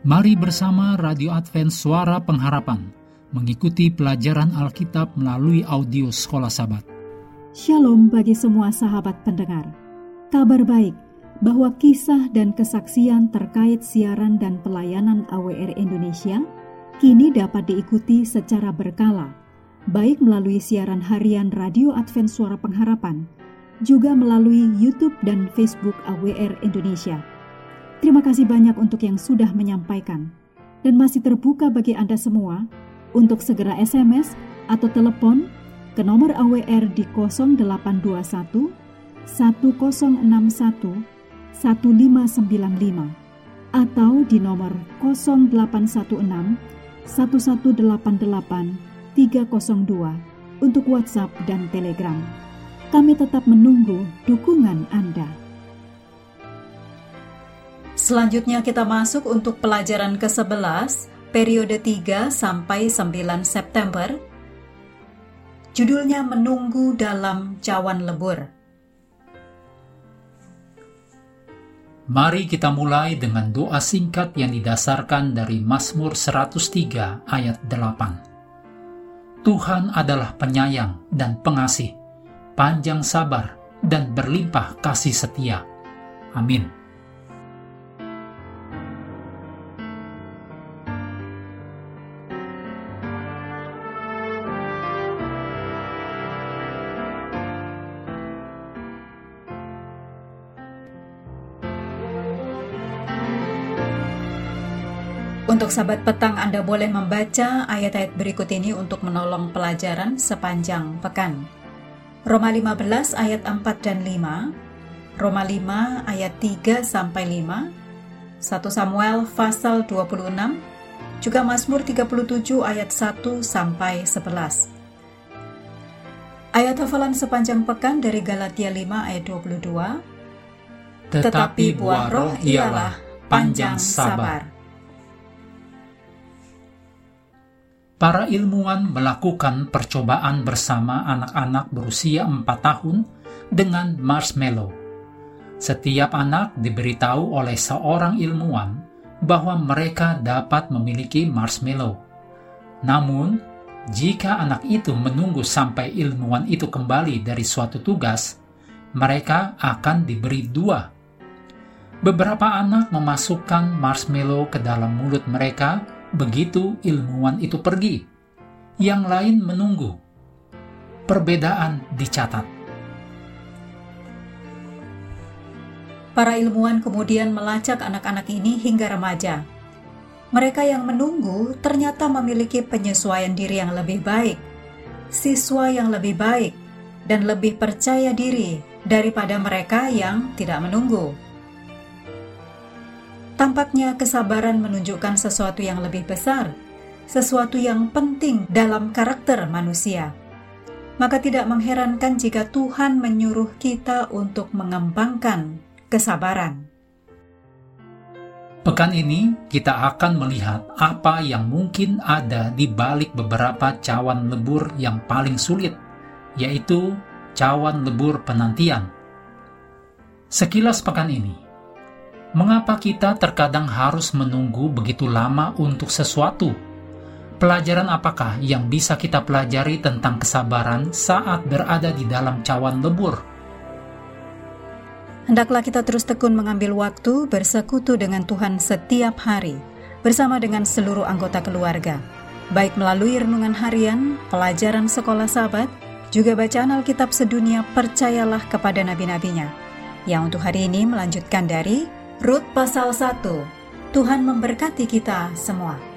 Mari bersama Radio Advent Suara Pengharapan mengikuti pelajaran Alkitab melalui audio Sekolah Sabat. Shalom bagi semua sahabat pendengar. Kabar baik bahwa kisah dan kesaksian terkait siaran dan pelayanan AWR Indonesia kini dapat diikuti secara berkala, baik melalui siaran harian Radio Advent Suara Pengharapan, juga melalui YouTube dan Facebook AWR Indonesia. Terima kasih banyak untuk yang sudah menyampaikan dan masih terbuka bagi Anda semua untuk segera SMS atau telepon ke nomor AWR di 0821 1061 1595 atau di nomor 0816 1188 302 untuk WhatsApp dan Telegram. Kami tetap menunggu dukungan Anda. Selanjutnya kita masuk untuk pelajaran ke-11, periode 3 sampai 9 September. Judulnya Menunggu dalam Cawan Lebur. Mari kita mulai dengan doa singkat yang didasarkan dari Mazmur 103 ayat 8. Tuhan adalah penyayang dan pengasih, panjang sabar dan berlimpah kasih setia. Amin. Untuk sahabat petang, Anda boleh membaca ayat-ayat berikut ini untuk menolong pelajaran sepanjang pekan. Roma 15 ayat 4 dan 5, Roma 5 ayat 3 sampai 5, 1 Samuel pasal 26, juga Mazmur 37 ayat 1 sampai 11. Ayat hafalan sepanjang pekan dari Galatia 5 ayat 22, tetapi buah roh ialah panjang sabar. Para ilmuwan melakukan percobaan bersama anak-anak berusia 4 tahun dengan marshmallow. Setiap anak diberitahu oleh seorang ilmuwan bahwa mereka dapat memiliki marshmallow. Namun, jika anak itu menunggu sampai ilmuwan itu kembali dari suatu tugas, mereka akan diberi 2. Beberapa anak memasukkan marshmallow ke dalam mulut mereka begitu ilmuwan itu pergi. Yang lain menunggu. Perbedaan dicatat. Para ilmuwan kemudian melacak anak-anak ini hingga remaja. Mereka yang menunggu ternyata memiliki penyesuaian diri yang lebih baik, siswa yang lebih baik, dan lebih percaya diri daripada mereka yang tidak menunggu. Tampaknya kesabaran menunjukkan sesuatu yang lebih besar, sesuatu yang penting dalam karakter manusia. Maka tidak mengherankan jika Tuhan menyuruh kita untuk mengembangkan kesabaran. Pekan ini kita akan melihat apa yang mungkin ada di balik beberapa cawan lebur yang paling sulit, yaitu cawan lebur penantian. Sekilas pekan ini, mengapa kita terkadang harus menunggu begitu lama untuk sesuatu? Pelajaran apakah yang bisa kita pelajari tentang kesabaran saat berada di dalam cawan lebur? Hendaklah kita terus tekun mengambil waktu bersekutu dengan Tuhan setiap hari, bersama dengan seluruh anggota keluarga, baik melalui renungan harian, pelajaran sekolah sahabat, juga bacaan Alkitab sedunia Percayalah kepada nabi-nabinya. Yang untuk hari ini melanjutkan dari Rut pasal 1. Tuhan memberkati kita semua.